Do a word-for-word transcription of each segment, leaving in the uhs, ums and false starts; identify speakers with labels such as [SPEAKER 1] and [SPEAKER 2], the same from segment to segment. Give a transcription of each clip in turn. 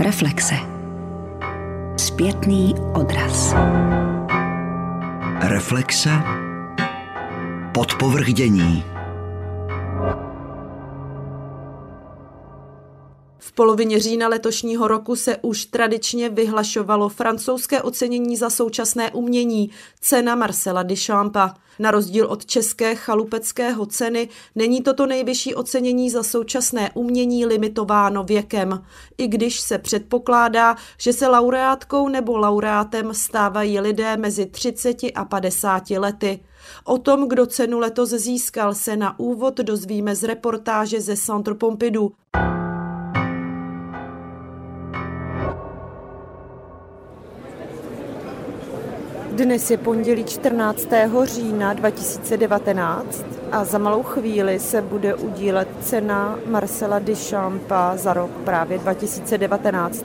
[SPEAKER 1] Reflexe. Zpětný odraz.
[SPEAKER 2] Reflexe. Podpovrch dění.
[SPEAKER 3] V polovině října letošního roku se už tradičně vyhlašovalo francouzské ocenění za současné umění, cena Marcela Duchampa. Na rozdíl od české chalupeckého ceny není toto nejvyšší ocenění za současné umění limitováno věkem, i když se předpokládá, že se laureátkou nebo laureátem stávají lidé mezi třiceti a padesáti lety. O tom, kdo cenu letos získal, se na úvod dozvíme z reportáže ze Centre Pompidou. Dnes je pondělí čtrnáctého října dva tisíce devatenáct a za malou chvíli se bude udílet cena Marcela Duchampa za rok právě dva tisíce devatenáct.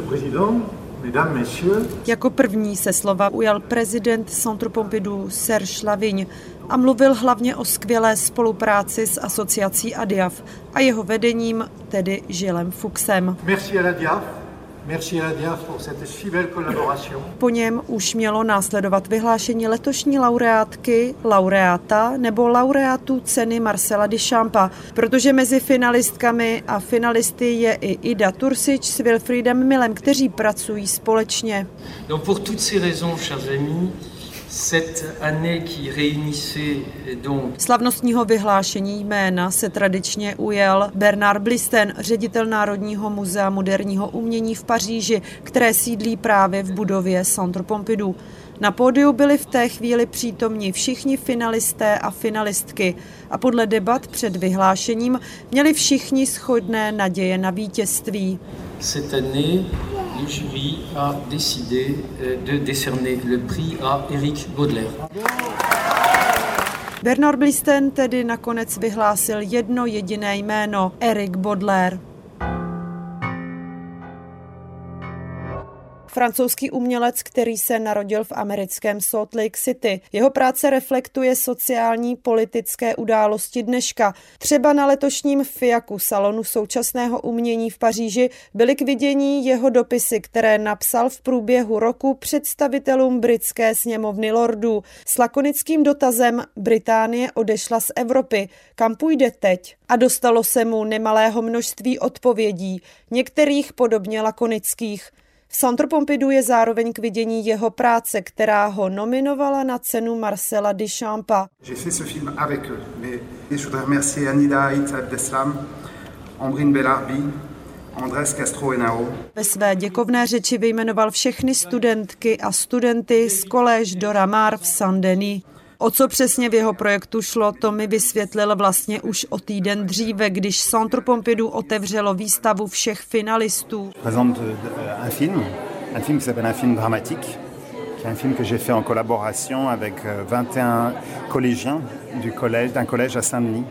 [SPEAKER 3] Jako první se slova ujal prezident Centre Pompidou Serge Lavigne a mluvil hlavně o skvělé spolupráci s asociací A D I A F a jeho vedením, tedy Gillesem Fuchsem.
[SPEAKER 4] Merci à la D I A F. Merci à la D I A F pour cette si belle collaboration.
[SPEAKER 3] Po něm už mělo následovat vyhlášení letošní laureátky, laureáta nebo laureátů ceny Marcela Duchampa, protože mezi finalistkami a finalisty je i Ida Tursic s Wilfriedem Millem, kteří pracují společně.
[SPEAKER 5] Donc pour toutes ces raisons, chers amis, cette année qui réunissait donc...
[SPEAKER 3] Slavnostního vyhlášení jména se tradičně ujel Bernard Blisten, ředitel Národního muzea moderního umění v Paříži, které sídlí právě v budově Centre Pompidou. Na pódiu byli v té chvíli přítomni všichni finalisté a finalistky a podle debat před vyhlášením měli všichni shodné naděje na vítězství.
[SPEAKER 5] Cette année, le jury a décidé de décerner le prix à Éric Baudelaire.
[SPEAKER 3] Bernard Blisten tedy nakonec vyhlásil jedno jediné jméno, Éric Baudelaire. Francouzský umělec, který se narodil v americkém Salt Lake City. Jeho práce reflektuje sociální politické události dneška. Třeba na letošním FIACu, salonu současného umění v Paříži, byly k vidění jeho dopisy, které napsal v průběhu roku představitelům britské sněmovny lordů s lakonickým dotazem: Británie odešla z Evropy, kam půjde teď? A dostalo se mu nemalého množství odpovědí, některých podobně lakonických. V Centre Pompidou je zároveň k vidění jeho práce, která ho nominovala na cenu Marcela Duchampa.
[SPEAKER 4] J'ai fait ce film avec eux, mais je voudrais remercier Anida Aït Abdeslam, Ambrine Belarbi, Andrés Castro Henao.
[SPEAKER 3] Ve své děkovné řeči vyjmenoval všechny studentky a studenty z Collège de Ramar v Saint-Denis. O co přesně v jeho projektu šlo, to mi vysvětlil vlastně už o týden dříve, když Centre Pompidou otevřelo výstavu všech finalistů.
[SPEAKER 6] Présente un film, un film qui s'appelle un film dramatique, qui est un film que j'ai fait en collaboration avec vingt et un collégiens du collège, d'un collège à Saint-Denis.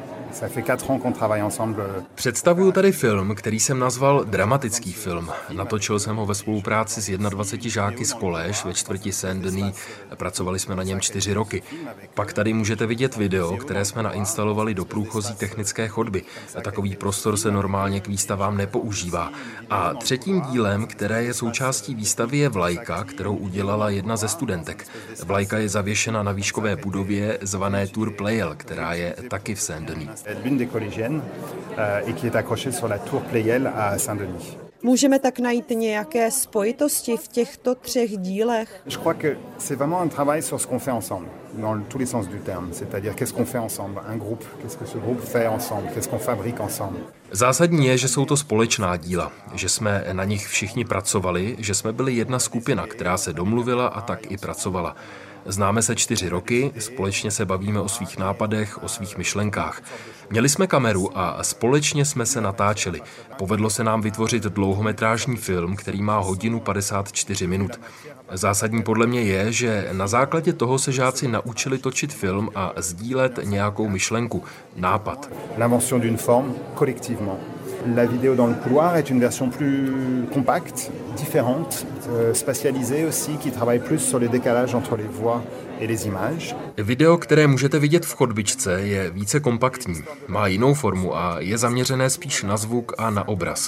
[SPEAKER 7] Představuju tady film, který jsem nazval dramatický film. Natočil jsem ho ve spolupráci s dvaceti jedněmi žáky z Collège ve čtvrti Saint-Denis. Pracovali jsme na něm čtyři roky. Pak tady můžete vidět video, které jsme nainstalovali do průchozí technické chodby. Takový prostor se normálně k výstavám nepoužívá. A třetím dílem, které je součástí výstavy, je vlajka, kterou udělala jedna ze studentek. Vlajka je zavěšena na výškové budově zvané Tour Pleyel, která je taky v Saint-Denis.
[SPEAKER 6] L'une des collégiennes et qui est accrochée sur la tour Pleyel à Saint-Denis.
[SPEAKER 3] Můžeme tak najít nějaké spojitosti v těchto třech dílech?
[SPEAKER 6] Je crois que c'est vraiment un travail sur ce qu'on fait ensemble, dans tous les sens du terme, c'est-à-dire qu'est-ce qu'on fait ensemble, un groupe, qu'est-ce que ce groupe fait ensemble, qu'est-ce qu'on fabrique ensemble.
[SPEAKER 7] Zásadní je, že jsou to společná díla, že jsme na nich všichni pracovali, že jsme byli jedna skupina, která se domluvila a tak i pracovala. Známe se čtyři roky, společně se bavíme o svých nápadech, o svých myšlenkách. Měli jsme kameru a společně jsme se natáčeli. Povedlo se nám vytvořit dlouhometrážní film, který má hodinu padesát čtyři minut. Zásadní podle mě je, že na základě toho se žáci naučili točit film a sdílet nějakou myšlenku, nápad.
[SPEAKER 6] L'invention d'une forme collectivement. La vidéo dans le couloir est une version plus compacte, différente, euh, spatialisée aussi, qui travaille plus sur les décalages entre les voix et les images.
[SPEAKER 7] Video, které můžete vidět v chodbičce, je více kompaktní, má jinou formu a je zaměřené spíš na zvuk a na obraz.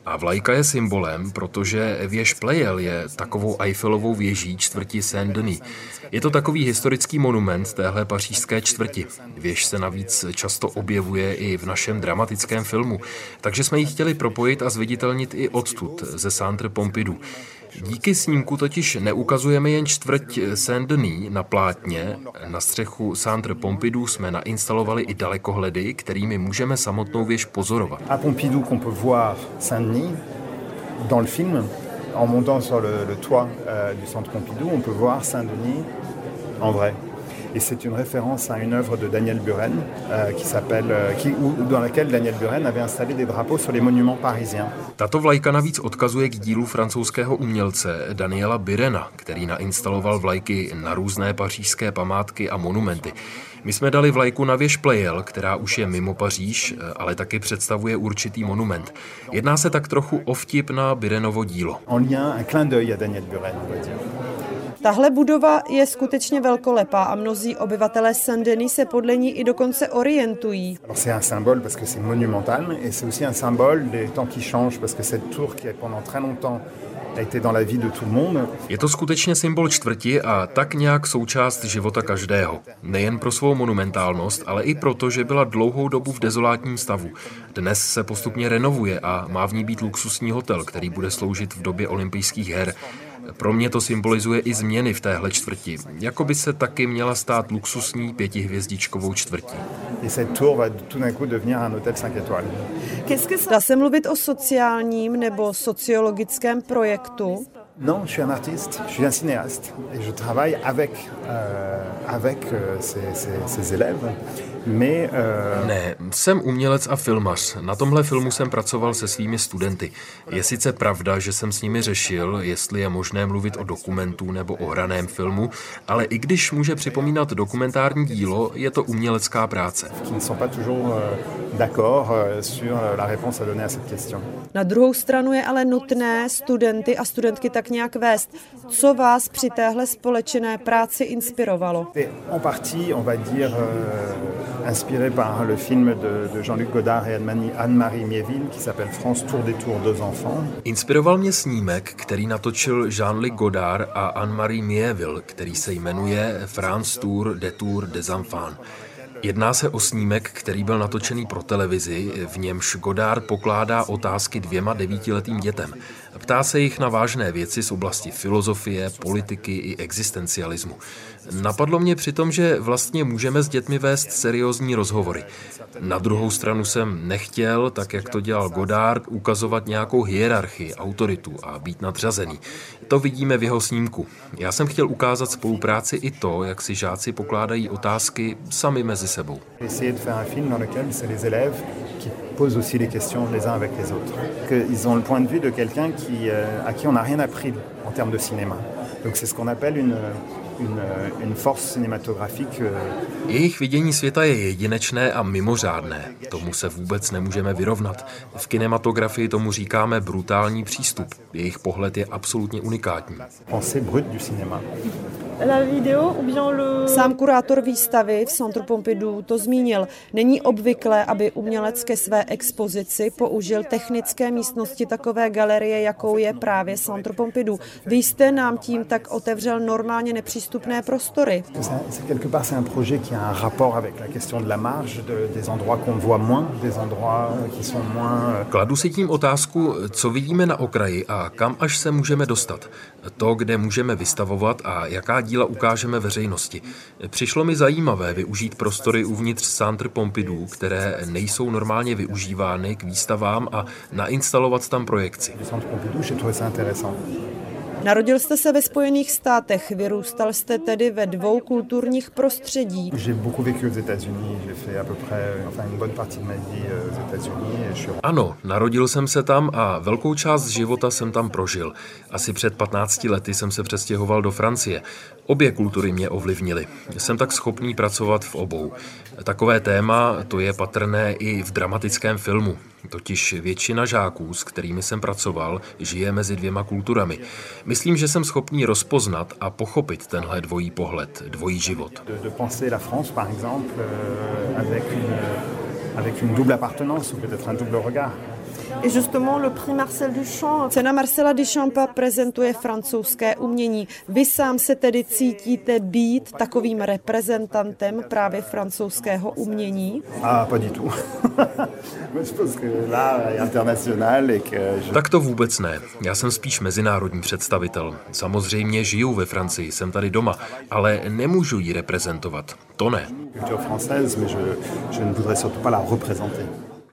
[SPEAKER 7] A vlajka je symbolem, protože věž Pleyel je takovou Eiffelovou věží čtvrti Saint-Denis. Je to takový historický monument téhle pařížské čtvrti. Věž se navíc často objevuje i v našem dramatickém filmu, takže jsme ji chtěli propojit a zviditelnit i odtud, ze Centre Pompidou. Díky snímku totiž neukazujeme jen čtvrť Saint-Denis na plátně. Na střechu Centre Pompidou jsme nainstalovali i dalekohledy, kterými můžeme samotnou věž pozorovat.
[SPEAKER 6] À Pompidou, qu'on peut voir Saint-Denis dans le film, en montant sur le, le toit euh, du Centre Pompidou, on peut voir Saint-Denis en vrai. Et c'est une référence à une œuvre de Daniel Buren, euh, qui s'appelle, euh, qui, où, dans laquelle Daniel Buren avait installé des drapeaux sur les monuments parisiens.
[SPEAKER 7] Tato vlajka navíc odkazuje k dílu francouzského umělce Daniela Burena, který nainstaloval vlajky na různé pařížské památky a monumenty. My jsme dali vlajku na věž Pleyel, která už je mimo Paříž, ale taky představuje určitý monument. Jedná se tak trochu o vtip na Burenovo dílo.
[SPEAKER 6] En lien, un clin d'œil à Daniel Buren, on va dire.
[SPEAKER 3] Tahle budova je skutečně velkolepá a mnozí obyvatelé Saint-Denis se podle ní i dokonce orientují.
[SPEAKER 6] C'est un symbole parce que c'est monumental et c'est aussi un symbole des temps qui changent parce que cette tour qui est pendant très longtemps a été dans la vie de tout le monde.
[SPEAKER 7] Je to skutečně symbol čtvrti a tak nějak součást života každého. Nejen pro svou monumentálnost, ale i proto, že byla dlouhou dobu v dezolátním stavu. Dnes se postupně renovuje a má v ní být luxusní hotel, který bude sloužit v době olympijských her. Pro mě to symbolizuje i změny v téhle čtvrti. Jako by se taky měla stát luxusní pětihvězdičkovou čtvrtí.
[SPEAKER 3] Dá se mluvit o sociálním nebo sociologickém projektu?
[SPEAKER 6] Non, je suis un artiste, je suis un cinéaste et je travaille avec, euh, avec euh, ces, ces, ces élèves. Mais, euh...
[SPEAKER 7] Ne, jsem umělec a filmař. Na tomhle filmu jsem pracoval se svými studenty. Je sice pravda, že jsem s nimi řešil, jestli je možné mluvit o dokumentu nebo o hraném filmu, ale i když může připomínat dokumentární dílo, je to umělecká práce.
[SPEAKER 3] Na druhou stranu je ale nutné studenty a studentky tak nějak vést. Co vás při téhle společné práci inspirovalo?
[SPEAKER 6] En partie, on va dire, inspiré par le film de, de Jean-Luc Godard et Anne-Marie Miéville qui s'appelle France Tour des Tours deux enfants.
[SPEAKER 7] Inspiroval mě snímek, který natočil Jean-Luc Godard a Anne-Marie Miéville, který se jmenuje France Tour des Tours des enfants. Jedná se o snímek, který byl natočený pro televizi, v němž Godard pokládá otázky dvěma devítiletým dětem. Ptá se jich na vážné věci z oblasti filozofie, politiky i existencialismu. Napadlo mě přitom, že vlastně můžeme s dětmi vést seriózní rozhovory. Na druhou stranu jsem nechtěl, tak jak to dělal Godard, ukazovat nějakou hierarchii, autoritu a být nadřazený. To vidíme v jeho snímku. Já jsem chtěl ukázat spolupráci i to, jak si žáci pokládají otázky sami mezi sebou.
[SPEAKER 6] Posent aussi les questions les uns avec les autres. Ils ont le point de vue de quelqu'un qui, à qui on n'a rien appris en termes de cinéma. Donc c'est ce qu'on appelle une, une, une force cinématographique.
[SPEAKER 7] Jejich vidění světa je jedinečné a mimořádné. Tomu se vůbec nemůžeme vyrovnat. V kinematografii tomu říkáme brutální přístup. Jejich pohled je absolutně unikátní.
[SPEAKER 6] Pensée brute du cinéma.
[SPEAKER 3] Sám kurátor výstavy v Centre Pompidou to zmínil. Není obvyklé, aby umělec ke své expozici použil technické místnosti takové galerie, jakou je právě Centre Pompidou. Vy jste nám tím tak otevřel normálně nepřístupné prostory.
[SPEAKER 7] Kladu si tím otázku, co vidíme na okraji a kam až se můžeme dostat. To, kde můžeme vystavovat a jaká díla ukážeme veřejnosti. Přišlo mi zajímavé využít prostory uvnitř Centre Pompidou, které nejsou normálně využívány k výstavám a nainstalovat tam projekci.
[SPEAKER 3] Narodil jste se ve Spojených státech, vyrůstal jste tedy ve dvou kulturních prostředí.
[SPEAKER 7] Ano, narodil jsem se tam a velkou část života jsem tam prožil. Asi před patnácti lety jsem se přestěhoval do Francie. Obě kultury mě ovlivnily. Jsem tak schopný pracovat v obou. Takové téma to je patrné i v dramatickém filmu. Totiž většina žáků, s kterými jsem pracoval, žije mezi dvěma kulturami. Myslím, že jsem schopný rozpoznat a pochopit tenhle dvojí pohled, dvojí život.
[SPEAKER 6] De, de penser la France, par exemple, avec une, avec une double appartenance ou peut-être un double regard.
[SPEAKER 3] Cena Marcela Duchampa prezentuje francouzské umění. Vy sám se tedy cítíte být takovým reprezentantem právě francouzského umění?
[SPEAKER 6] Ah, pas du tout. Je pense que là, international et que je...
[SPEAKER 7] Tak to vůbec ne. Já jsem spíš mezinárodní představitel. Samozřejmě žiju ve Francii, jsem tady doma, ale nemůžu ji reprezentovat. To ne.
[SPEAKER 6] Culture française, mais je, je ne voudrais surtout pas la représenter.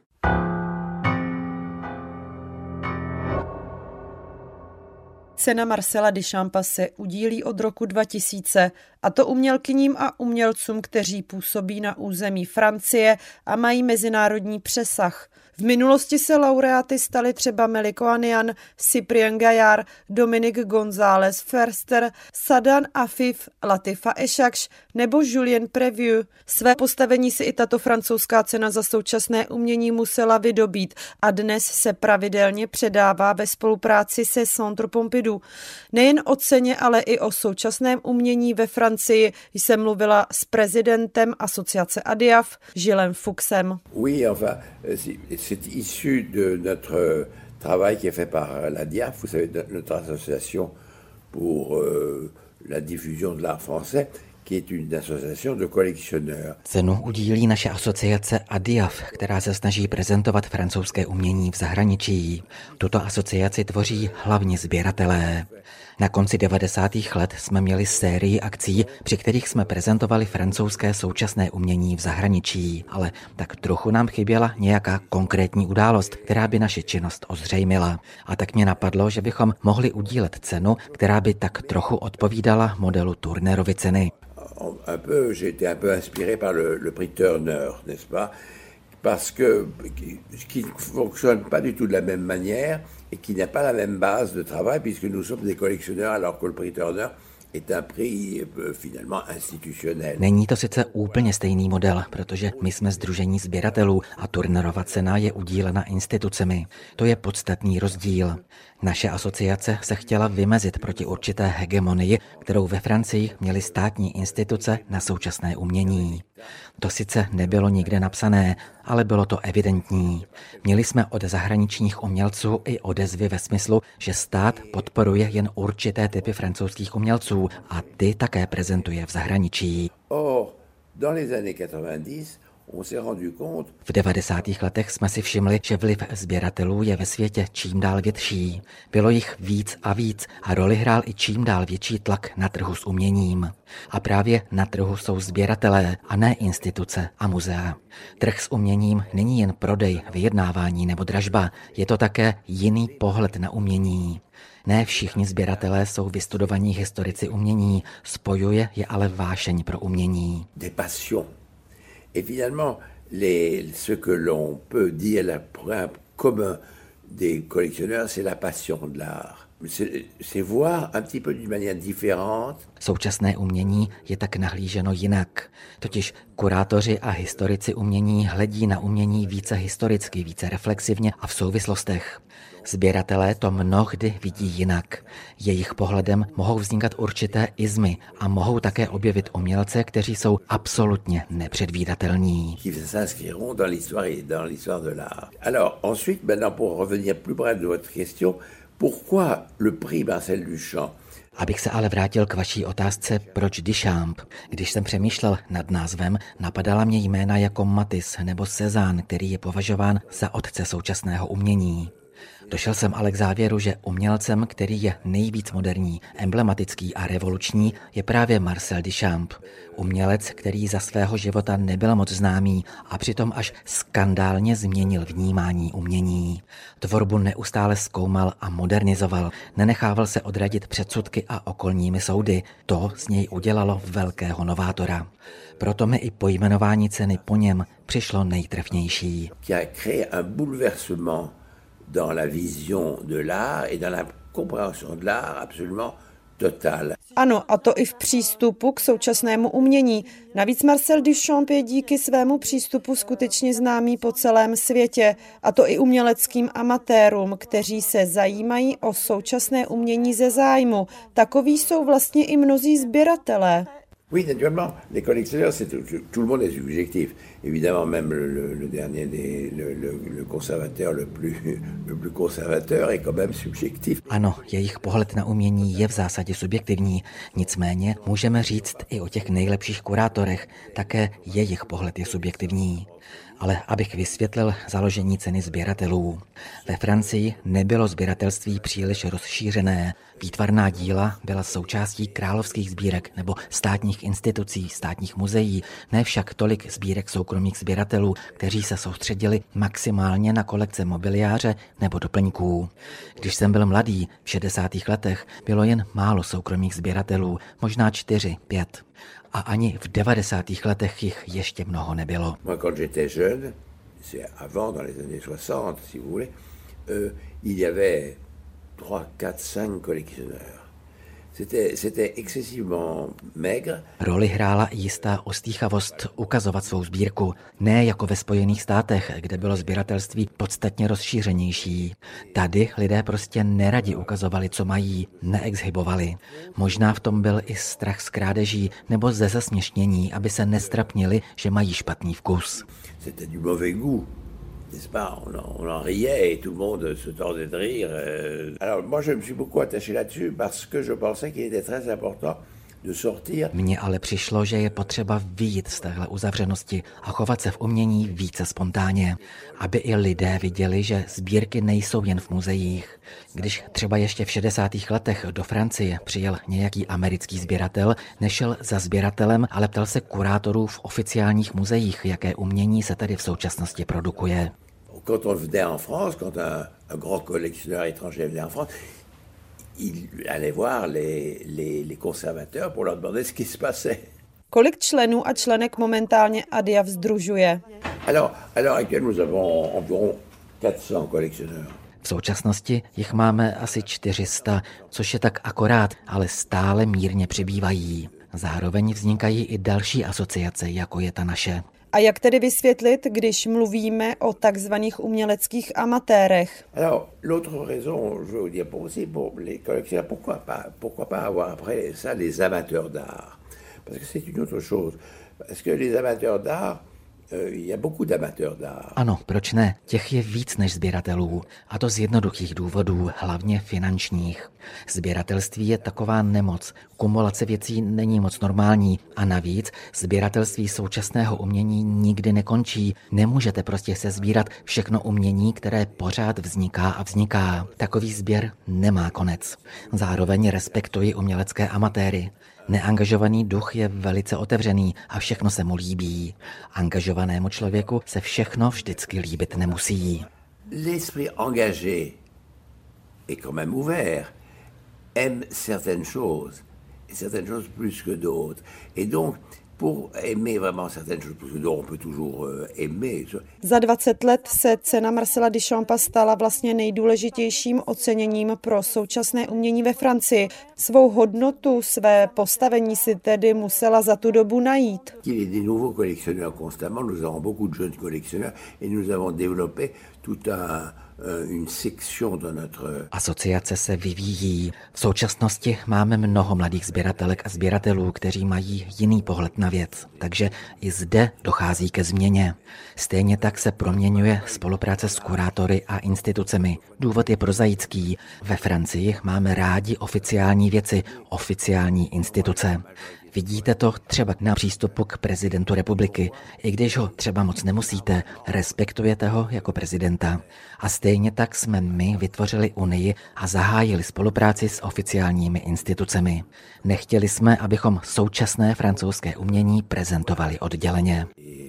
[SPEAKER 3] Cena Marcela Duchampa se udílí od roku dva tisíce, a to umělkyním a umělcům, kteří působí na území Francie a mají mezinárodní přesah. V minulosti se laureáty stali třeba Meliko Anian, Cyprien Gaillard, Dominique González Förster, Sadan Afif, Latifa Eshakš nebo Julien Prévieux. Své postavení si i tato francouzská cena za současné umění musela vydobít a dnes se pravidelně předává ve spolupráci se Centre Pompidou. Nejen o ceně, ale i o současném umění ve Francii jsem mluvila s prezidentem asociace ADIAF, Gilles Fuchsem.
[SPEAKER 1] Oui, enfin, c'est issu de notre travail qui est fait par l'ADIAF, vous savez, notre association pour euh, la diffusion de l'art français, qui est une association de collectionneurs.
[SPEAKER 2] Cenu udílí naše asociace ADIAF, která se snaží prezentovat francouzské umění v zahraničí. Tuto asociaci tvoří hlavně sběratelé. Na konci devadesátých let jsme měli sérii akcí, při kterých jsme prezentovali francouzské současné umění v zahraničí, ale tak trochu nám chyběla nějaká konkrétní událost, která by naši činnost ozřejmila. A tak mě napadlo, že bychom mohli udílet cenu, která by tak trochu odpovídala modelu Turnerovy ceny.
[SPEAKER 1] Un peu, j'ai été un peu inspiré par le, le prix Turner, n'est-ce pas? Parce que qui ne fonctionne pas du tout de la même manière et qui n'a pas la même base de travail puisque nous sommes des collectionneurs alors que le prix Turner est un prix finalement institutionnel.
[SPEAKER 2] Není to sice úplně stejný model, protože my jsme sdružení sběratelů a Turnerova cena je udílena institucemi. To je podstatný rozdíl. Naše asociace se chtěla vymezit proti určité hegemonii, kterou ve Francii měly státní instituce na současné umění. To sice nebylo nikde napsané, ale bylo to evidentní. Měli jsme od zahraničních umělců i odezvy ve smyslu, že stát podporuje jen určité typy francouzských umělců a ty také prezentuje v zahraničí.
[SPEAKER 1] Oh, dans les années quatre-vingt-dix,
[SPEAKER 2] v devadesátých letech jsme si všimli, že vliv sběratelů je ve světě čím dál větší. Bylo jich víc a víc a roli hrál i čím dál větší tlak na trhu s uměním. A právě na trhu jsou sběratelé a ne instituce a muzea. Trh s uměním není jen prodej, vyjednávání nebo dražba, je to také jiný pohled na umění. Ne všichni sběratelé jsou vystudovaní historici umění, spojuje je ale vášeň pro umění.
[SPEAKER 1] Et finalement, les, ce que l'on peut dire, le point commun des collectionneurs, c'est la passion de l'art. C'est, c'est voir un petit peu d'une manière différente.
[SPEAKER 2] Současné umění je tak nahlíženo jinak. Totiž kurátoři a historici umění hledí na umění více historicky, více reflexivně a v souvislostech. Sběratelé to mnohdy vidí jinak. Jejich pohledem mohou vznikat určité izmy a mohou také objevit umělce, kteří jsou absolutně nepředvídatelní.
[SPEAKER 1] Alors, ensuite, maintenant, pour revenir plus bref de votre question, pourquoi le prix Marcel Duchamp?
[SPEAKER 2] Abych se ale vrátil k vaší otázce, proč Duchamp. Když jsem přemýšlel nad názvem, napadala mě jména jako Matisse nebo Cézanne, který je považován za otce současného umění. Došel jsem ale k závěru, že umělcem, který je nejvíc moderní, emblematický a revoluční, je právě Marcel Duchamp. Umělec, který za svého života nebyl moc známý a přitom až skandálně změnil vnímání umění. Tvorbu neustále zkoumal a modernizoval, nenechával se odradit předsudky a okolními soudy. To z něj udělalo velkého novátora. Proto mi i pojmenování ceny po něm přišlo nejtrefnější.
[SPEAKER 1] Dans la vision de l'art et dans la compréhension de l'art absolument totale.
[SPEAKER 3] Ano, a to i v přístupu k současnému umění. Navíc Marcel Duchamp je díky svému přístupu skutečně známý po celém světě, a to i uměleckým amatérům, kteří se zajímají o současné umění ze zájmu. Takoví jsou vlastně i mnozí sběratelé.
[SPEAKER 1] Oui, naturellement, les collectionneurs, c'est tout, tout le monde est subjectif. évidemment même le, le, le dernier des, le, le, le conservateur le plus, le plus conservateur est quand même subjectif.
[SPEAKER 2] Ano, jejich pohled na umění je v zásadě subjektivní, nicméně můžeme říct i o těch nejlepších kurátorech, také jejich pohled je subjektivní. Ale abych vysvětlil založení ceny sběratelů. Ve Francii nebylo sběratelství příliš rozšířené. Výtvarná díla byla součástí královských sbírek nebo státních institucí, státních muzeí, ne však tolik sbírek soukromých sběratelů, kteří se soustředili maximálně na kolekce mobiliáře nebo doplňků. Když jsem byl mladý, v šedesátých letech, bylo jen málo soukromých sběratelů, možná čtyři, pět. A ani v devadesátých letech jich ještě mnoho nebylo.
[SPEAKER 1] Moi, quand j'étais jeune, c'est avant, dans les années soixante, si vous voulez, euh, il y avait trois, quatre, cinq collectionneurs. C'était, c'était excessivement maigre.
[SPEAKER 2] Roli hrála i jistá ostýchavost ukazovat svou sbírku, ne jako ve Spojených státech, kde bylo sběratelství podstatně rozšířenější. Tady lidé prostě neradi ukazovali, co mají, neexhibovali. Možná v tom byl i strach z krádeží nebo ze zasměšnění, aby se nestrapnili, že mají špatný vkus.
[SPEAKER 1] C'était du mauvais goût. N'est-ce pas, on en, on en riait et tout le monde se tordait de rire. Alors moi je me suis beaucoup attaché là-dessus parce que je pensais qu'il était très important de sortir.
[SPEAKER 2] Mně ale přišlo, že je potřeba vyjít z téhle uzavřenosti a chovat se v umění více spontánně, aby i lidé viděli, že sbírky nejsou jen v muzeích. Když třeba ještě v šedesátých letech do Francie přijel nějaký americký sběratel, nešel za sběratelem, ale ptal se kurátorů v oficiálních muzeích, jaké umění se tady v současnosti produkuje.
[SPEAKER 1] Quand on venait en France, quand un, un grand collectionneur étranger venait en France, il allait voir les, les, les conservateurs pour leur demander ce qui se passait.
[SPEAKER 3] Kolik členů a členek momentálně ADIAF sdružuje?
[SPEAKER 1] Alors, alors actuellement, nous avons environ quatre cents collectionneurs.
[SPEAKER 2] V současnosti jich máme asi čtyři sta, což je tak akorát, ale stále mírně přibývají. Zároveň vznikají i další asociace, jako je ta naše.
[SPEAKER 3] A jak tedy vysvětlit, když mluvíme o takzvaných uměleckých amatérech?
[SPEAKER 1] Alors, l'autre raison, je veux dire, pour aussi pour les collectionneurs, pourquoi pas, pourquoi pas avoir après ça les amateurs d'art? Parce que c'est une autre chose. Parce que les amateurs d'art, il y a beaucoup d'amateurs d'art.
[SPEAKER 2] Ano, proč ne? Těch je víc než sběratelů. A to z jednoduchých důvodů, hlavně finančních. Sběratelství je taková nemoc. Kumulace věcí není moc normální. A navíc sběratelství současného umění nikdy nekončí. Nemůžete prostě sesbírat všechno umění, které pořád vzniká a vzniká. Takový sběr nemá konec. Zároveň respektuji umělecké amatéry. Neangažovaný duch je velice otevřený a všechno se mu líbí. Angažovanému člověku se všechno vždycky líbit nemusí.
[SPEAKER 1] L'esprit engagé est quand même ouvert, aime certaines choses, et certaines choses plus que d'autres. Et donc, pour aimer vraiment certaines choses, parce que on peut toujours aimer.
[SPEAKER 3] Za dvacet let se cena Marcela Duchampa stala vlastně nejdůležitějším oceněním pro současné umění ve Francii. Svou hodnotu, své postavení si tedy musela za tu dobu najít.
[SPEAKER 1] Il y a des nouveaux collectionneurs constamment, nous avons beaucoup de jeunes collectionneurs et nous avons développé tout un
[SPEAKER 2] Asociace se vyvíjí. V současnosti máme mnoho mladých sběratelek a sběratelů, kteří mají jiný pohled na věc, takže i zde dochází ke změně. Stejně tak se proměňuje spolupráce s kurátory a institucemi. Důvod je prozaický. Ve Francii máme rádi oficiální věci, oficiální instituce. Vidíte to třeba na přístupu k prezidentu republiky. I když ho třeba moc nemusíte, respektujete ho jako prezidenta. A stejně tak jsme my vytvořili Unii a zahájili spolupráci s oficiálními institucemi. Nechtěli jsme, abychom současné francouzské umění prezentovali odděleně.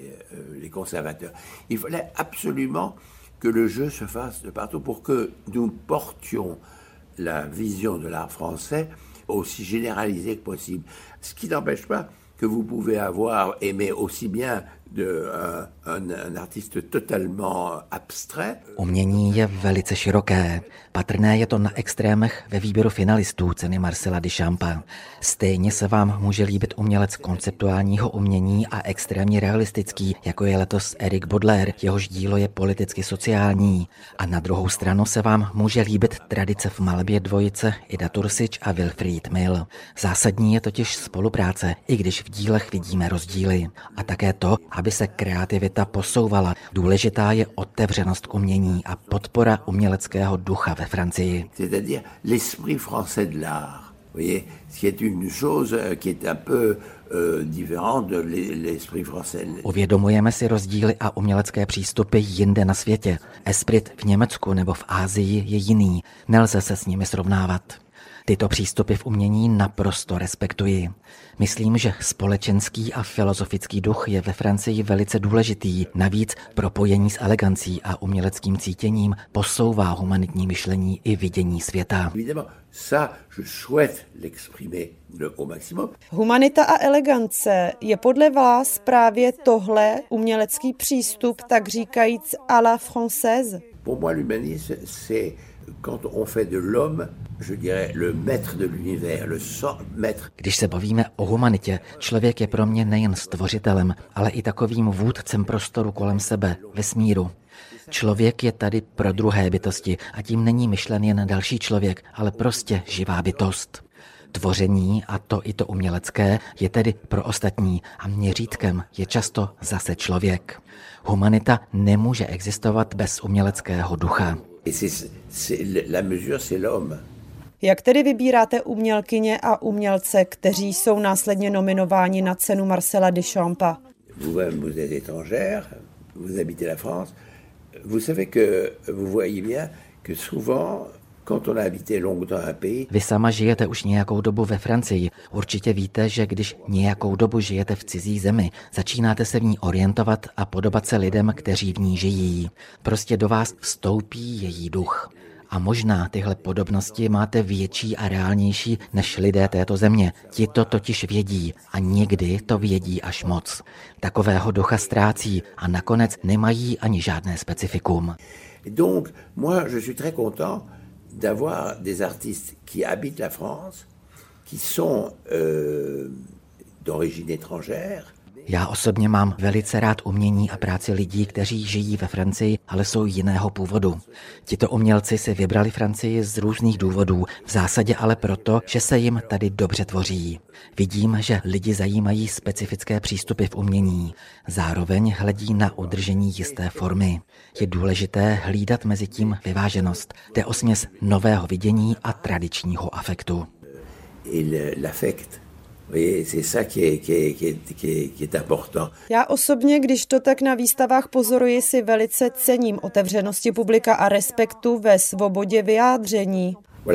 [SPEAKER 1] Il fallait absolument que le jeu se fasse de partout pour que nous portions la vision de l'art français aussi généralisé que possible. Ce qui n'empêche pas que vous pouvez avoir aimé aussi bien de un, un, un artiste totalement abstrait.
[SPEAKER 2] Umění je velice široké. Patrné je to na extrémech ve výběru finalistů ceny Marcela Duchampa. Stejně se vám může líbit umělec konceptuálního umění a extrémně realistický, jako je letos Éric Baudelaire, jehož dílo je politicky sociální. A na druhou stranu se vám může líbit tradice v malbě dvojice Ida Tursic a Wilfried Mill. Zásadní je totiž spolupráce, i když v dílech vidíme rozdíly. A také to, aby se kreativita posouvala. Důležitá je otevřenost k umění a podpora uměleckého ducha ve Francii.
[SPEAKER 1] C'est-à-dire l'esprit français de l'art. Vous voyez, ce qui est une chose qui est un peu euh, différente de l'esprit français.
[SPEAKER 2] Uvědomujeme si rozdíly a umělecké přístupy jinde na světě. Esprit v Německu nebo v Asii je jiný. Nelze se s nimi srovnávat. Tyto přístupy v umění naprosto respektuji. Myslím, že společenský a filozofický duch je ve Francii velice důležitý. Navíc propojení s elegancí a uměleckým cítěním posouvá humanitní myšlení i vidění světa.
[SPEAKER 3] Humanita a elegance je podle vás právě tohle umělecký přístup, tak říkajíc à la française?
[SPEAKER 1] Pour moi, l'humanisme, c'est quand on fait de l'homme, je dirais, le maître de l'univers, le maître.
[SPEAKER 2] Když se bavíme o humanitě, člověk je pro mě nejen stvořitelem, ale i takovým vůdcem prostoru kolem sebe, vesmíru. Člověk je tady pro druhé bytosti a tím není myšlen jen další člověk, ale prostě živá bytost. Tvoření, a to i to umělecké, je tedy pro ostatní a měřítkem je často zase člověk. Humanita nemůže existovat bez uměleckého ducha.
[SPEAKER 3] Jak tedy vybíráte umělkyně a umělce, kteří jsou následně nominováni na cenu Marcela Duchampa?
[SPEAKER 1] Vous-même, vous êtes étrangère, vous habitez la France. Vous savez que vous voyez bien que souvent
[SPEAKER 2] Vy sama žijete už nějakou dobu ve Francii. Určitě víte, že když nějakou dobu žijete v cizí zemi, začínáte se v ní orientovat a podobat se lidem, kteří v ní žijí. Prostě do vás vstoupí její duch. A možná tyhle podobnosti máte větší a reálnější než lidé této země. Ti to totiž vědí a někdy to vědí až moc. Takového ducha ztrácí a nakonec nemají ani žádné specifikum.
[SPEAKER 1] Donc, moi, je suis très content d'avoir des artistes qui habitent la France, qui sont euh, d'origine étrangère.
[SPEAKER 2] Já osobně mám velice rád umění a práci lidí, kteří žijí ve Francii, ale jsou jiného původu. Tito umělci si vybrali Francii z různých důvodů, v zásadě ale proto, že se jim tady dobře tvoří. Vidím, že lidi zajímají specifické přístupy v umění. Zároveň hledí na udržení jisté formy. Je důležité hlídat mezi tím vyváženost. Jde o směs nového vidění a tradičního afektu.
[SPEAKER 3] Já osobně, když to tak na výstavách pozoruji, si velice cením otevřenosti publika a respektu ve svobodě vyjádření.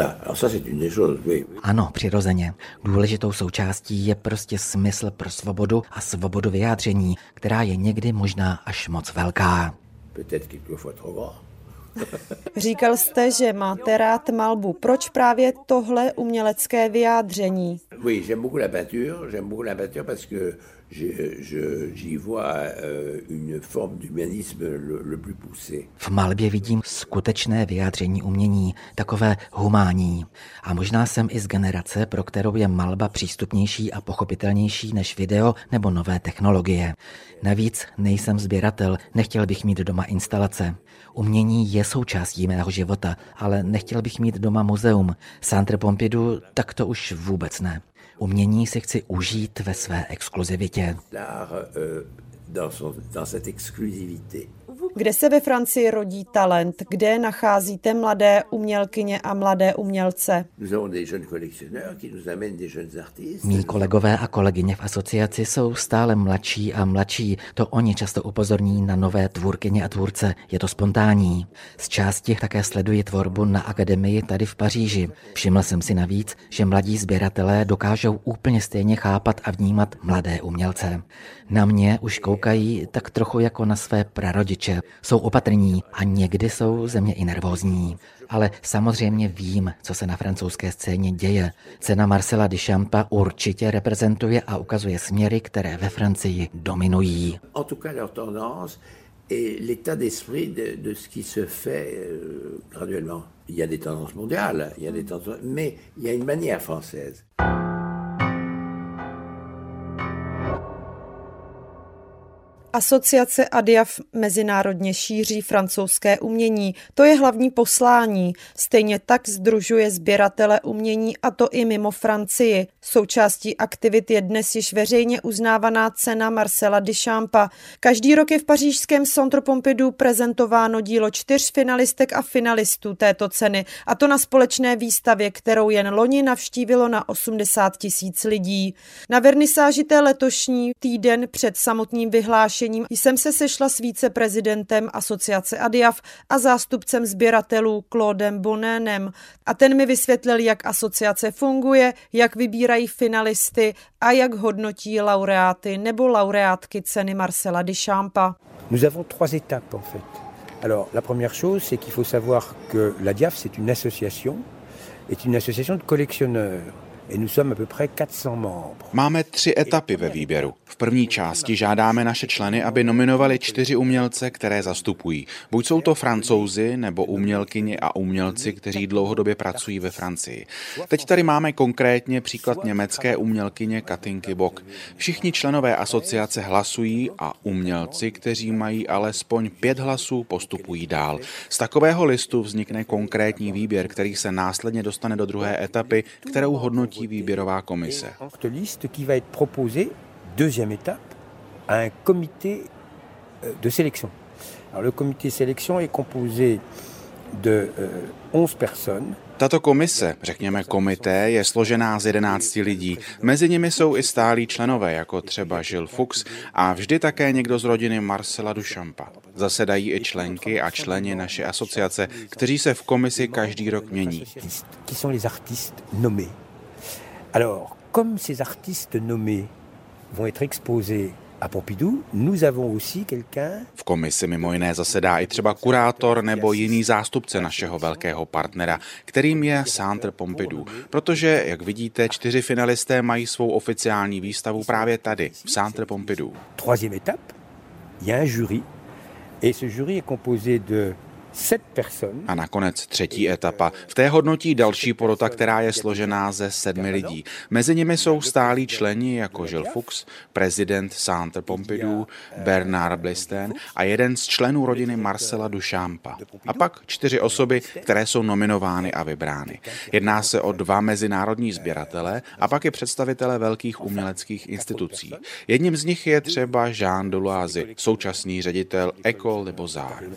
[SPEAKER 2] Ano, přirozeně. Důležitou součástí je prostě smysl pro svobodu a svobodu vyjádření, která je někdy možná až moc velká.
[SPEAKER 3] Říkal jste, že máte rád malbu. Proč právě tohle umělecké vyjádření?
[SPEAKER 1] Oui, j'aime beaucoup la peinture, j'aime beaucoup la peinture parce que je, je, j'y vois une forme d'humanisme le, le plus poussé.
[SPEAKER 2] V malbě vidím skutečné vyjádření umění, takové humánní. A možná jsem i z generace, pro kterou je malba přístupnější a pochopitelnější než video nebo nové technologie. Navíc nejsem sběratel, nechtěl bych mít doma instalace. Umění je součástí mého života, ale nechtěl bych mít doma muzeum. Centre Pompidou, tak to už vůbec ne. Umění si chci užít ve své exkluzivitě.
[SPEAKER 3] Kde se ve Francii rodí talent? Kde nacházíte mladé umělkyně a mladé umělce?
[SPEAKER 2] Mí kolegové a kolegyně v asociaci jsou stále mladší a mladší. To oni často upozorní na nové tvůrkyně a tvůrce. Je to spontánní. Z části také sleduji tvorbu na akademii tady v Paříži. Všiml jsem si navíc, že mladí sběratelé dokážou úplně stejně chápat a vnímat mladé umělce. Na mě už koukají tak trochu jako na své prarodiče. Jsou opatrní a někdy jsou ze mě i nervózní. Ale samozřejmě vím, co se na francouzské scéně děje. Cena Marcela Duchampa určitě reprezentuje a ukazuje směry, které ve Francii dominují.
[SPEAKER 1] En tout cas, leur tendance et l'état d'esprit de, de ce qui se fait euh, graduellement. Il y a des tendances mondiales, il y a des tendances, mais il y a une manière française.
[SPEAKER 3] Asociace Adiaf mezinárodně šíří francouzské umění. To je hlavní poslání. Stejně tak sdružuje sběratele umění, a to i mimo Francii. Součástí aktivit je dnes již veřejně uznávaná cena Marcela Duchampa. Každý rok je v pařížském Centre Pompidou prezentováno dílo čtyř finalistek a finalistů této ceny, a to na společné výstavě, kterou jen loni navštívilo na osmdesát tisíc lidí. Na vernisáži té letošní týden před samotným vyhlášením jsem se sešla s viceprezidentem Asociace Adiaf a zástupcem sběratelů Claudem Bonénem. A ten mi vysvětlil, jak asociace funguje, jak vybírají finalisty a jak hodnotí laureáty nebo laureátky ceny Marcela Duchampa.
[SPEAKER 8] Nous avons trois étapes en fait. Alors la première chose, c'est qu'il faut savoir que l'Adiaf c'est une association, est une association de collectionneurs.
[SPEAKER 9] Máme tři etapy ve výběru. V první části žádáme naše členy, aby nominovali čtyři umělce, které zastupují. Buď jsou to Francouzi, nebo umělkyně a umělci, kteří dlouhodobě pracují ve Francii. Teď tady máme konkrétně příklad německé umělkyně Katinky Bock. Všichni členové asociace hlasují a umělci, kteří mají alespoň pět hlasů, postupují dál. Z takového listu vznikne konkrétní výběr, který se následně dostane do druhé etapy, kterou hodnotí výběrová komise.
[SPEAKER 8] Liste qui va être proposée, deuxième étape, à un comité de sélection. Alors le comité de sélection est composé de onze personnes.
[SPEAKER 9] Tato komise, řekněme komité, je složená z jedenácti lidí. Mezi nimi jsou i stálí členové, jako třeba Gilles Fuchs a vždy také někdo z rodiny Marcela Duchampa. Zasedají i členky a členi naší asociace, kteří se v komisi každý rok mění.
[SPEAKER 8] Qui sont les artistes nommés. Alors, comme ces artistes nommés vont être exposés à Pompidou, nous avons aussi quelqu'un.
[SPEAKER 9] V komisi mimo jiné zasedá i třeba kurátor nebo jiný zástupce našeho velkého partnera, kterým je Centre Pompidou, protože, jak vidíte, čtyři finalisté mají svou oficiální výstavu právě tady, v Centre Pompidou.
[SPEAKER 8] Troisième étape, il y a un jury, et ce jury est composé de
[SPEAKER 9] A nakonec třetí etapa. V té hodnotí další porota, která je složená ze sedmi lidí. Mezi nimi jsou stálí členi jako Gilles Fuchs, prezident Centre Pompidou, Bernard Blistein a jeden z členů rodiny Marcela Duchampa. A pak čtyři osoby, které jsou nominovány a vybrány. Jedná se o dva mezinárodní sběratele a pak i představitele velkých uměleckých institucí. Jedním z nich je třeba Jean Deloise, současný ředitel École des Beaux-Arts.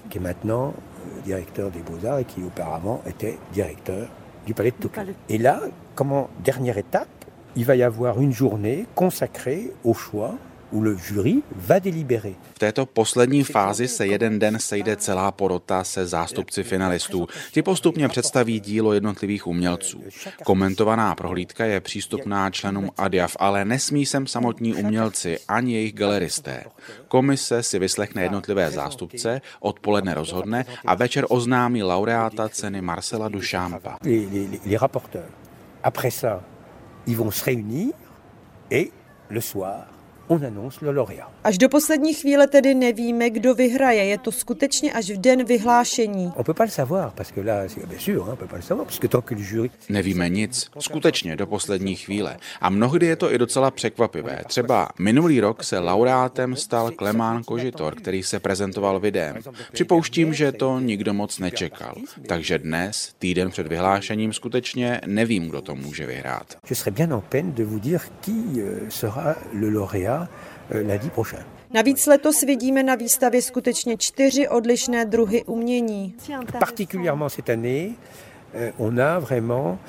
[SPEAKER 8] Directeur des Beaux-Arts et qui auparavant était directeur du Palais de Tokyo. Et là, comme en dernière étape, il va y avoir une journée consacrée au choix où le jury va délibérer.
[SPEAKER 9] V této poslední fázi se jeden den sejde celá porota se zástupci finalistů. Ti postupně představí dílo jednotlivých umělců. Komentovaná prohlídka je přístupná členům Adiaf, ale nesmí sem samotní umělci ani jejich galeristé. Komise si vyslechne jednotlivé zástupce, odpoledne rozhodne a večer oznámí laureáta ceny Marcela Duchampa.
[SPEAKER 8] Les, les, les rapporteurs. Après ça, ils vont se réunir et le soir on annonce le lauréat.
[SPEAKER 3] Až do poslední chvíle tedy nevíme, kdo vyhraje. Je to skutečně až v den vyhlášení.
[SPEAKER 8] On peut pas le savoir parce que là, bien sûr, on peut pas le savoir parce que tant que le jury.
[SPEAKER 9] Nevíme nic, skutečně do poslední chvíle. A mnohdy je to i docela překvapivé. Třeba minulý rok se laureátem stal Clément Cogitor, který se prezentoval videem. Připouštím, že to nikdo moc nečekal. Takže dnes, týden před vyhlášením, skutečně nevím, kdo to může vyhrát.
[SPEAKER 8] Je serais bien en peine de vous dire qui sera le lauréat lundi prochain.
[SPEAKER 3] Navíc letos vidíme na výstavě skutečně čtyři odlišné druhy umění.
[SPEAKER 8] Particulièrement cette année, on a vraiment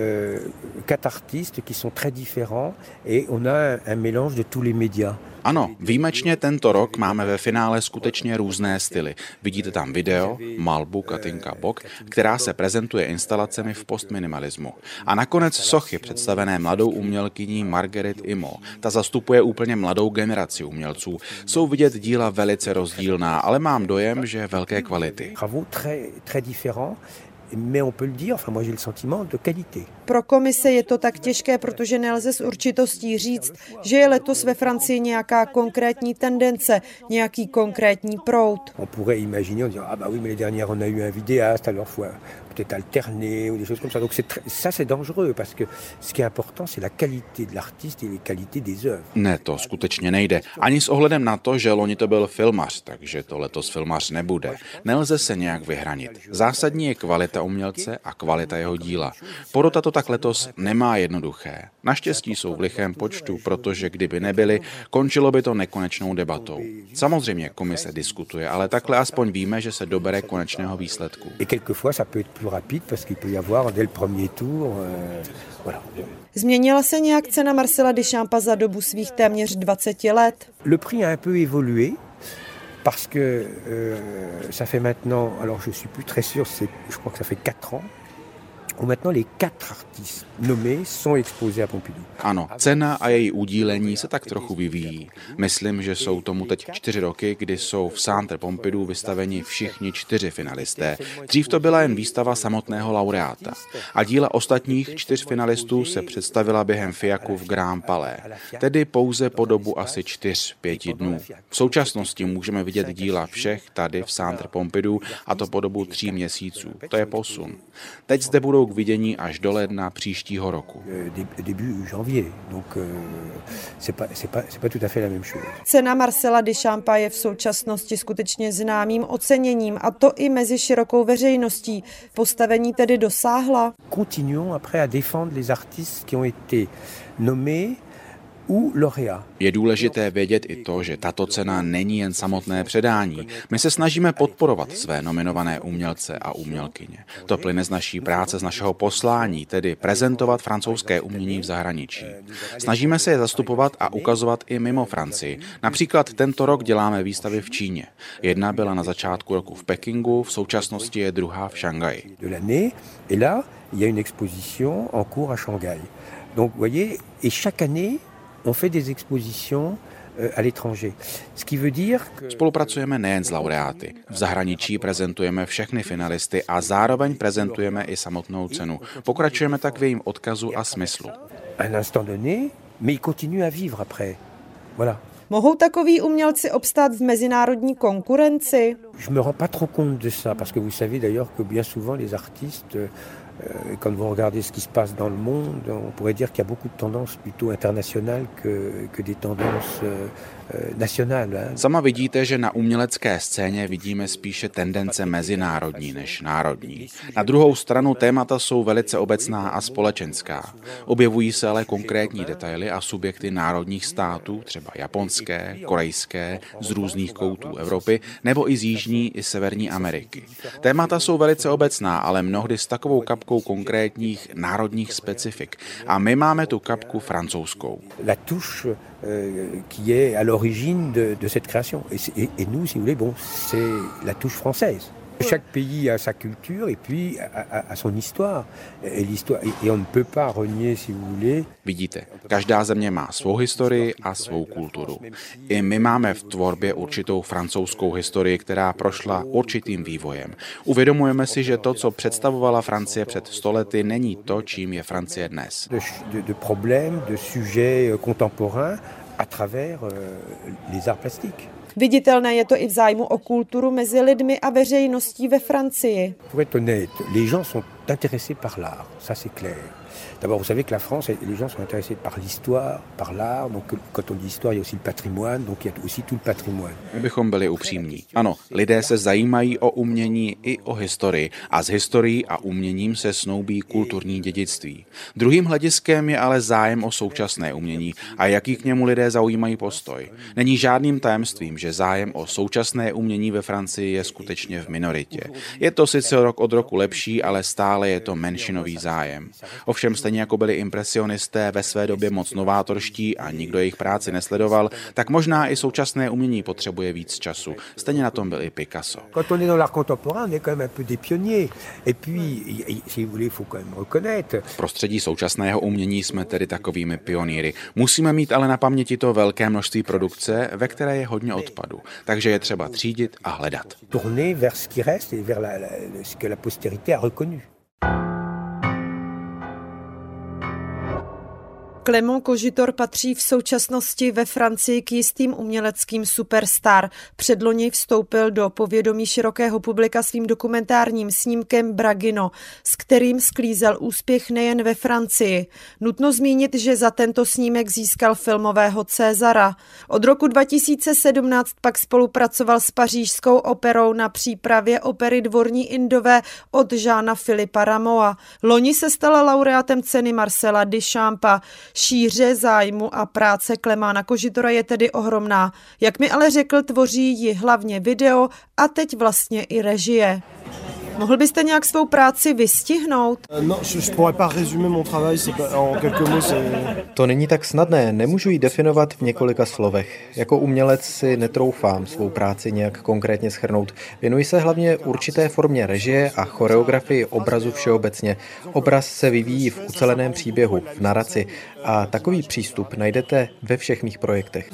[SPEAKER 8] quatre artistes qui sont très différents et on a un mélange de tous les médias.
[SPEAKER 9] Ano, výjimečně tento rok máme ve finále skutečně různé styly. Vidíte tam video, malbu Katinka Bock, která se prezentuje instalacemi v postminimalismu. A nakonec sochy představené mladou umělkyní Marguerite Imo. Ta zastupuje úplně mladou generaci umělců. Jsou vidět díla velice rozdílná, ale mám dojem, že velké kvality.
[SPEAKER 8] Mais on peut le dire, enfin moi j'ai le sentiment de qualité.
[SPEAKER 3] Pro komise je to tak těžké, protože nelze s určitostí říct, že je letos ve Francii nějaká konkrétní tendence, nějaký konkrétní proud.
[SPEAKER 8] On pourrait imaginer, on dirait, ah bah oui, mais les dernières on a eu un vidéaste, alors faut peut-être alterner ou des choses comme ça. Donc c'est très, ça c'est dangereux parce que ce qui est important c'est la qualité de l'artiste et la qualité des œuvres.
[SPEAKER 9] Ne, to skutečně nejde. Ani s ohledem na to, že loni to byl filmař, takže to letos filmař nebude. Nelze se nějak vyhranit. Zásadní je kvalita umělce a kvalita jeho díla. Porota to tak letos nemá jednoduché. Naštěstí jsou v lichém počtu, protože kdyby nebyli, končilo by to nekonečnou debatou. Samozřejmě komise diskutuje, ale takhle aspoň víme, že se dobere konečného výsledku.
[SPEAKER 8] Et quelquefois ça peut être plus rapide parce qu'il peut y avoir dès le premier tour euh, voilà.
[SPEAKER 3] Změnila se nějak cena Marcela Duchampa za dobu svých téměř dvaceti let?
[SPEAKER 8] Le prix a un peu évolué parce que euh, ça fait maintenant, alors je suis plus très sûr, c'est, je crois que ça fait quatre ans, où maintenant les quatre artistes nommés sont exposés à Pompidou.
[SPEAKER 9] Ano, cena a její udílení se tak trochu vyvíjí. Myslím, že jsou tomu teď čtyři roky, kdy jsou v Centre Pompidou vystaveni všichni čtyři finalisté. Dřív to byla jen výstava samotného laureáta. A díla ostatních čtyř finalistů se představila během FIACu v Grand Palais, tedy pouze po dobu asi čtyř, pěti dnů. V současnosti můžeme vidět díla všech tady v Centre Pompidou a to po dobu tří měsíců. To je posun. Teď zde budou k vidění až do ledna příštího roku.
[SPEAKER 8] Début janvier, donc c'est pas c'est pas c'est pas tout à fait la même chose.
[SPEAKER 3] Cena Marcela Duchampa je v současnosti skutečně známým oceněním a to i mezi širokou veřejností. Postavení tedy dosáhla.
[SPEAKER 8] Continuons après à défendre les artistes qui ont été nommés ou lauréats.
[SPEAKER 9] Je důležité vědět i to, že tato cena není jen samotné předání. My se snažíme podporovat své nominované umělce a umělkyně. To plyne z naší práce, z našeho poslání, tedy prezentovat francouzské umění v zahraničí. Snažíme se je zastupovat a ukazovat i mimo Francii. Například tento rok děláme výstavy v Číně. Jedna byla na začátku roku v Pekingu, v současnosti je druhá v Šanghaji.
[SPEAKER 8] De l'année, et là, il y a une exposition en cours à Shanghai. Donc, vous voyez, et chaque année, on fait des expositions à l'étranger. Ce qui veut dire que...
[SPEAKER 9] Spolupracujeme nejen s laureáty. V zahraničí prezentujeme všechny finalisty a zároveň prezentujeme i samotnou cenu. Pokračujeme tak v jejím odkazu a smyslu.
[SPEAKER 8] Un instant donné, mais il continue à vivre après. Voilà.
[SPEAKER 3] Mohou takoví umělci obstát v mezinárodní konkurenci?
[SPEAKER 8] Je me rends pas trop compte de ça, parce que vous savez d'ailleurs que bien souvent les artistes, euh, quand vous regardez ce qui se passe dans le monde, on pourrait dire qu'il y a beaucoup de tendances plutôt internationales que, que des tendances euh, nationales. Hein.
[SPEAKER 9] Sama vidíte, že na umělecké scéně vidíme spíše tendence mezinárodní než národní. Na druhou stranu témata jsou velice obecná a společenská. Objevují se ale konkrétní detaily a subjekty národních států, třeba japonské, korejské, z různých koutů Evropy, nebo i z Jižní i Severní Ameriky. Témata jsou velice obecná, ale mnohdy s takovou kapkou konkrétních národních specifik. A my máme tu kapku francouzskou.
[SPEAKER 8] La touche euh, qui est à l'origine de, de cette création. Et, et, et nous, si vous voulez, bon, c'est la touche française. Chaque pays a sa culture et puis a, a, a son histoire. Et, l'histoire. Et on ne peut pas renier, si vous voulez.
[SPEAKER 9] Vidíte, každá země má svou historii a svou kulturu. I my máme v tvorbě určitou francouzskou historii, která prošla určitým vývojem. Uvědomujeme si, že to, co představovala Francie před stolety, není to, čím je Francie dnes.
[SPEAKER 8] De, de, de problèmes, de sujets contemporains à travers euh, les arts plastiques.
[SPEAKER 3] Viditelné je to i v zájmu o kulturu mezi lidmi a veřejností ve Francii.
[SPEAKER 8] Pour être honnête, les gens sont intéressés par l'art, ça c'est clair. D'abord, vous savez que la France, les gens sont intéressés par l'histoire, par l'art. Donc, quand on dit histoire, il y a aussi le patrimoine. Donc, il y a aussi tout le patrimoine.
[SPEAKER 9] My bychom byli upřímní. Ano, lidé se zajímají o umění i o historii. A s historií a uměním se snoubí kulturní dědictví. Druhým hlediskem je ale zájem o současné umění a jaký k němu lidé zaujímají postoj. Není žádným tajemstvím, že zájem o současné umění ve Francii je skutečně v minoritě. Je to sice rok od roku lepší, ale stále je to menšinový zájem. Ovšem stejně jako byli impresionisté ve své době moc novátorští a nikdo jejich práci nesledoval, tak možná i současné umění potřebuje víc času. Stejně na tom byl i Picasso.
[SPEAKER 8] Quand on est dans l'art contemporain, on est quand même un peu des pionniers. Et puis, si vous voulez, il faut quand même reconnaître.
[SPEAKER 9] V prostředí současného umění jsme tedy takovými pionýry. Musíme mít ale na paměti to velké množství produkce, ve které je hodně odpadu. Takže je třeba třídit a hledat.
[SPEAKER 8] Tourner vers ce qui reste et vers la, la, ce que la postérité a reconnu.
[SPEAKER 3] Clément Cogitor patří v současnosti ve Francii k jistým uměleckým superstar. Předloni vstoupil do povědomí širokého publika svým dokumentárním snímkem Bragino, s kterým sklízel úspěch nejen ve Francii. Nutno zmínit, že za tento snímek získal filmového Césara. Od roku dva tisíce sedmnáct pak spolupracoval s pařížskou operou na přípravě opery Dvorní Indové od Jeana Philippa Rameaua. Loni se stala laureátem ceny Marcela Duchampa. Šíře zájmu a práce Clémenta Cogitora je tedy ohromná. Jak mi ale řekl, tvoří ji hlavně video a teď vlastně i režie. Mohl byste nějak svou práci vystihnout?
[SPEAKER 10] To není tak snadné, nemůžu ji definovat v několika slovech. Jako umělec si netroufám svou práci nějak konkrétně shrnout. Věnuji se hlavně určité formě režie a choreografii obrazu všeobecně. Obraz se vyvíjí v uceleném příběhu, v naraci a takový přístup najdete ve všech mých projektech.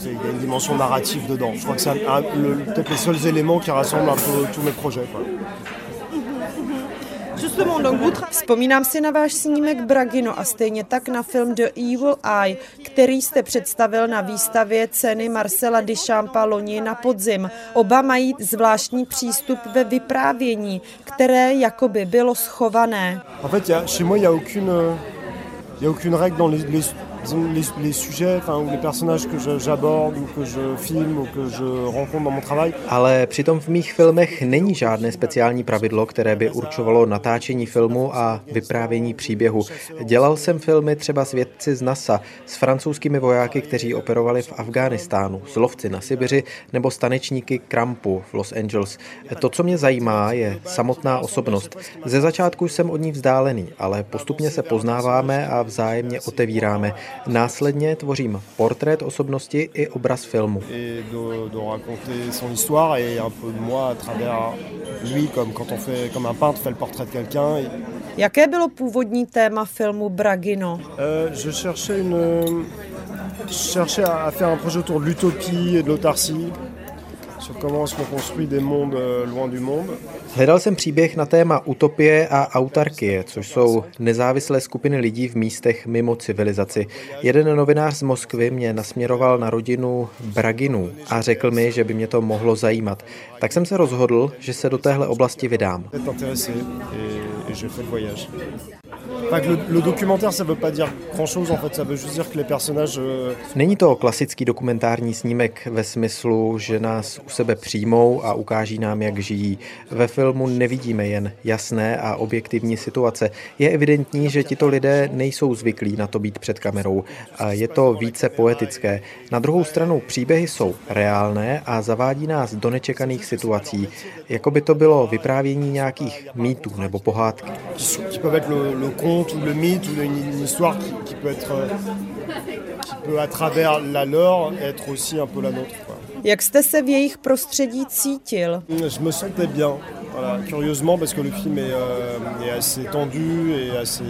[SPEAKER 3] Vzpomínám si na váš snímek Bragino a stejně tak na film The Evil Eye, který jste představil na výstavě ceny Marcela Duchampa loni na podzim. Oba mají zvláštní přístup ve vyprávění, které jakoby bylo schované.
[SPEAKER 11] En fait, chez moi, il y a aucune, il y a aucune règle dans les, les, les, les sujets, enfin, ou les personnages que je, j'aborde, ou que je filme, ou que je rencontre dans mon travail.
[SPEAKER 10] Ale přitom v mých filmech není žádné speciální pravidlo, které by určovalo natáčení filmu a vyprávění příběhu. Dělal jsem filmy třeba s vědci z NASA, s francouzskými vojáky, kteří operovali v Afghánistánu, s lovci na Sibiři nebo s tanečníky Krampu v Los Angeles. To, co mě zajímá, je samotná osobnost. Ze začátku jsem od ní vzdálený, ale postupně se poznáváme a vzájemně otevíráme. Následně tvořím portrét osobnosti i obraz filmu.
[SPEAKER 3] Jaké bylo původní téma filmu Bragino?
[SPEAKER 11] Je cherchais une, je cherchais à faire un projet autour de l'utopie et de l'autarcie.
[SPEAKER 10] Hledal jsem příběh na téma utopie a autarkie, což jsou nezávislé skupiny lidí v místech mimo civilizaci. Jeden novinář z Moskvy mě nasměroval na rodinu Braginů a řekl mi, že by mě to mohlo zajímat. Tak jsem se rozhodl, že se do téhle oblasti vydám. Není to klasický dokumentární snímek ve smyslu, že nás u sebe přijmou a ukáží nám, jak žijí. Ve filmu nevidíme jen jasné a objektivní situace. Je evidentní, že tito lidé nejsou zvyklí na to být před kamerou. A je to více poetické. Na druhou stranu příběhy jsou reálné a zavádí nás do nečekaných situací, jako by to bylo vyprávění nějakých mýtů nebo pohádky.
[SPEAKER 11] Ou le mythe ou une histoire qui, qui peut être qui peut à travers la leur être aussi un peu la nôtre.
[SPEAKER 3] Jak jste se v jejich prostředí cítil?
[SPEAKER 11] Je me sentais bien, voilà, curieusement parce que le film est, euh, est assez tendu et assez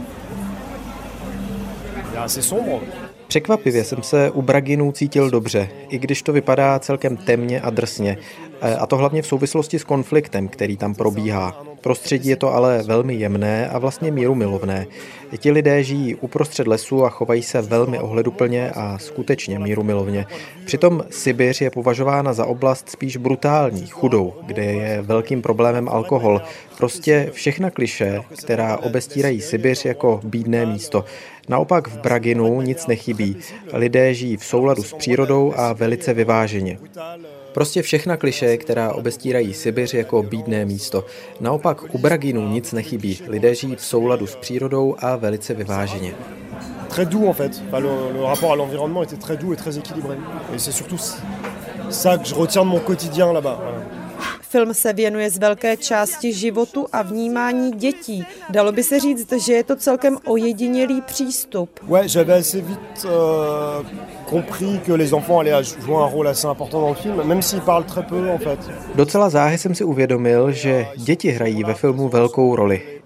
[SPEAKER 11] est assez sombre.
[SPEAKER 10] Překvapivě jsem se u Braginů cítil dobře, i když to vypadá celkem temně a drsně. A to hlavně v souvislosti s konfliktem, který tam probíhá. Prostředí je to ale velmi jemné a vlastně mírumilovné. Ti lidé žijí uprostřed lesu a chovají se velmi ohleduplně a skutečně mírumilovně. Přitom Sibiř je považována za oblast spíš brutální, chudou, kde je velkým problémem alkohol. Prostě všechna klišé, která obestírají Sibiř jako bídné místo. Naopak v Braginu nic nechybí. Lidé žijí v souladu s přírodou a velice vyváženě. Prostě všechna klišé, která obestírají Sibiř jako bídné místo. Naopak u Braginu nic nechybí. Lidé žijí v souladu s přírodou a velice vyváženě.
[SPEAKER 11] Très doux en fait. Enfin, le, le rapport à l'environnement était très doux et très équilibré. Et c'est surtout ça que je retiens de mon quotidien là-bas. Voilà.
[SPEAKER 3] Film se věnuje z velké části životu a vnímání dětí. Dalo by se říct, že je to celkem ojedinělý přístup.
[SPEAKER 11] Ouais, j'avais assez vite euh, compris que les enfants allaient jouer un rôle assez important dans le film, même s'ils parlent très peu en fait.
[SPEAKER 10] Docela záhy jsem si uvědomil, že děti hrají ve filmu velkou roli,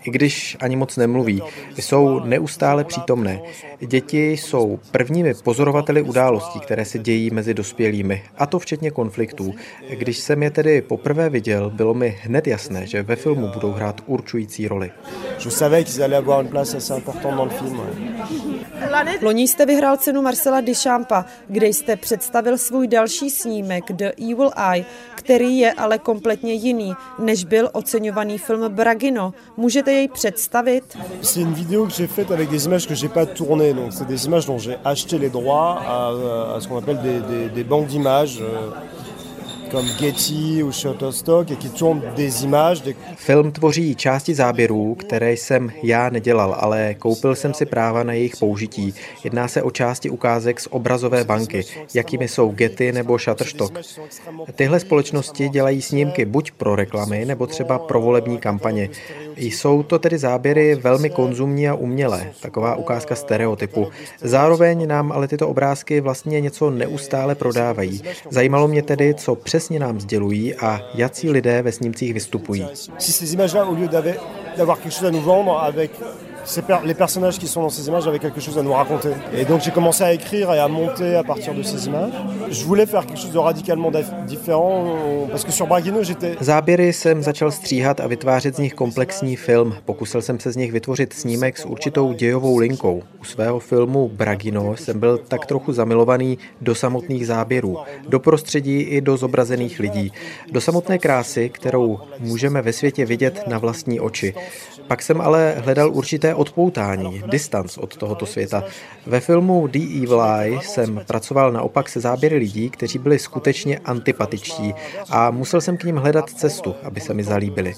[SPEAKER 10] i když ani moc nemluví. Jsou neustále přítomné. Děti jsou prvními pozorovateli událostí, které se dějí mezi dospělými, a to včetně konfliktů. Když jsem je tedy poprvé viděl, bylo mi hned jasné, že ve filmu budou hrát určující roli.
[SPEAKER 11] Je savais qu'ils allaient avoir une place assez importante dans le film.
[SPEAKER 3] Loni jste vyhrál cenu Marcela Duchampa, kde jste představil svůj další snímek The Evil Eye, který je ale kompletně jiný, než byl oceňovaný film Bragino. Můžete jej představit?
[SPEAKER 11] C'est une vidéo que j'ai faite avec des images que j'ai pas tournées, donc c'est des images dont j'ai acheté les droits à, à ce qu'on appelle des, des, des banques d'images. Comme Getty ou Shutterstock, et qui tournent des images. Des...
[SPEAKER 10] Film tvoří části záběrů, které jsem já nedělal, ale koupil jsem si práva na jejich použití. Jedná se o části ukázek z obrazové banky, jakými jsou Getty nebo Shutterstock. Tyhle společnosti dělají snímky buď pro reklamy, nebo třeba pro volební kampaně. Jsou to tedy záběry velmi konzumní a umělé, taková ukázka stereotypu. Zároveň nám ale tyto obrázky vlastně něco neustále prodávají. Zajímalo mě tedy, co přesně nám sdělují a jací lidé ve snímcích vystupují.
[SPEAKER 11] Si ces images-là, au lieu d'avoir quelque chose à nous vendre avec les personnages qui sont dans ces images avaient quelque chose à nous raconter. Et donc j'ai commencé à écrire et à monter à partir de ces images. Je voulais faire quelque chose de radicalement différent parce que sur Bragino j'étais...
[SPEAKER 10] Záběry jsem začal stříhat a vytvářet z nich komplexní film. Pokusil jsem se z nich vytvořit snímek s určitou dějovou linkou. U svého filmu Bragino jsem byl tak trochu zamilovaný do samotných záběrů, do prostředí i do zobrazených lidí, do samotné krásy, kterou můžeme ve světě vidět na vlastní oči. Pak jsem ale hledal určité odpoutání, distanc od tohoto světa. Ve filmu The Evil Eye jsem pracoval naopak se záběry lidí, kteří byli skutečně antipatičtí a musel jsem k nim hledat cestu, aby se mi zalíbili.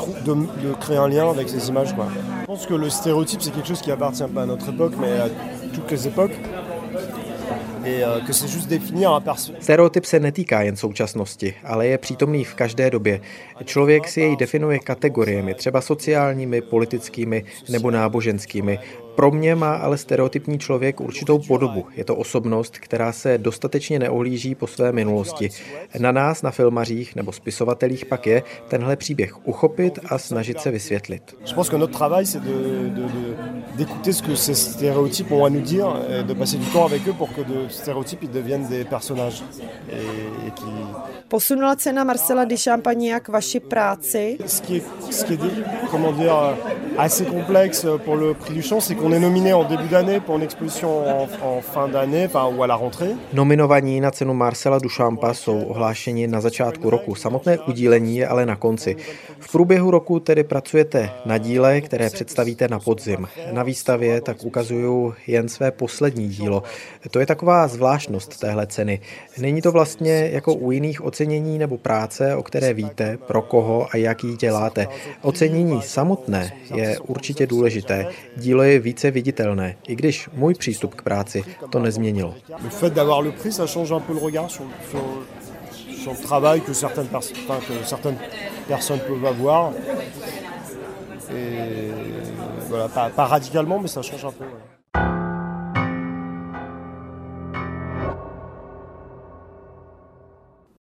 [SPEAKER 10] Stereotyp se netýká jen současnosti, ale je přítomný v každé době. Člověk si jej definuje kategoriemi, třeba sociálními, politickými nebo náboženskými. Pro mě má ale stereotypní člověk určitou podobu. Je to osobnost, která se dostatečně neohlíží po své minulosti. Na nás, na filmařích nebo spisovatelích pak je tenhle příběh uchopit a snažit se vysvětlit.
[SPEAKER 11] Je pense que notre travail c'est de, de, de, d'écouter ce que ces stéréotypes ont à nous dire et de passer du temps avec eux pour que de stéréotypes deviennent des personnages et, et qui...
[SPEAKER 3] Posunula cena Marcela Duchampa nějak vaši práci?
[SPEAKER 11] Ce qui est, ce qui est comment dire, assez complexe pour le prix Duchamp, c'est qu'on est nominé en début d'année pour une exposition en, en fin d'année, enfin, ou à la rentrée.
[SPEAKER 10] Nominovaní na cenu Marcela Duchampa jsou ohlášeni na začátku roku. Samotné udílení je ale na konci. V průběhu roku tedy pracujete na díle, které představíte na podzim. Na výstavě tak ukazuju jen své poslední dílo. To je taková zvláštnost téhle ceny. Není to vlastně jako u jiných ocenění nebo práce, o které víte, pro koho a jak ji děláte. Ocenění samotné je určitě důležité. Dílo je více viditelné, i když můj přístup k práci to nezměnilo.
[SPEAKER 11] Le fait d'avoir le prix, ça change un peu le regard sur, sur, sur le travail que certaines, pers- enfin, que certaines personnes peuvent avoir. Et voilà, pas, pas radicalement, mais ça change un peu. Ouais.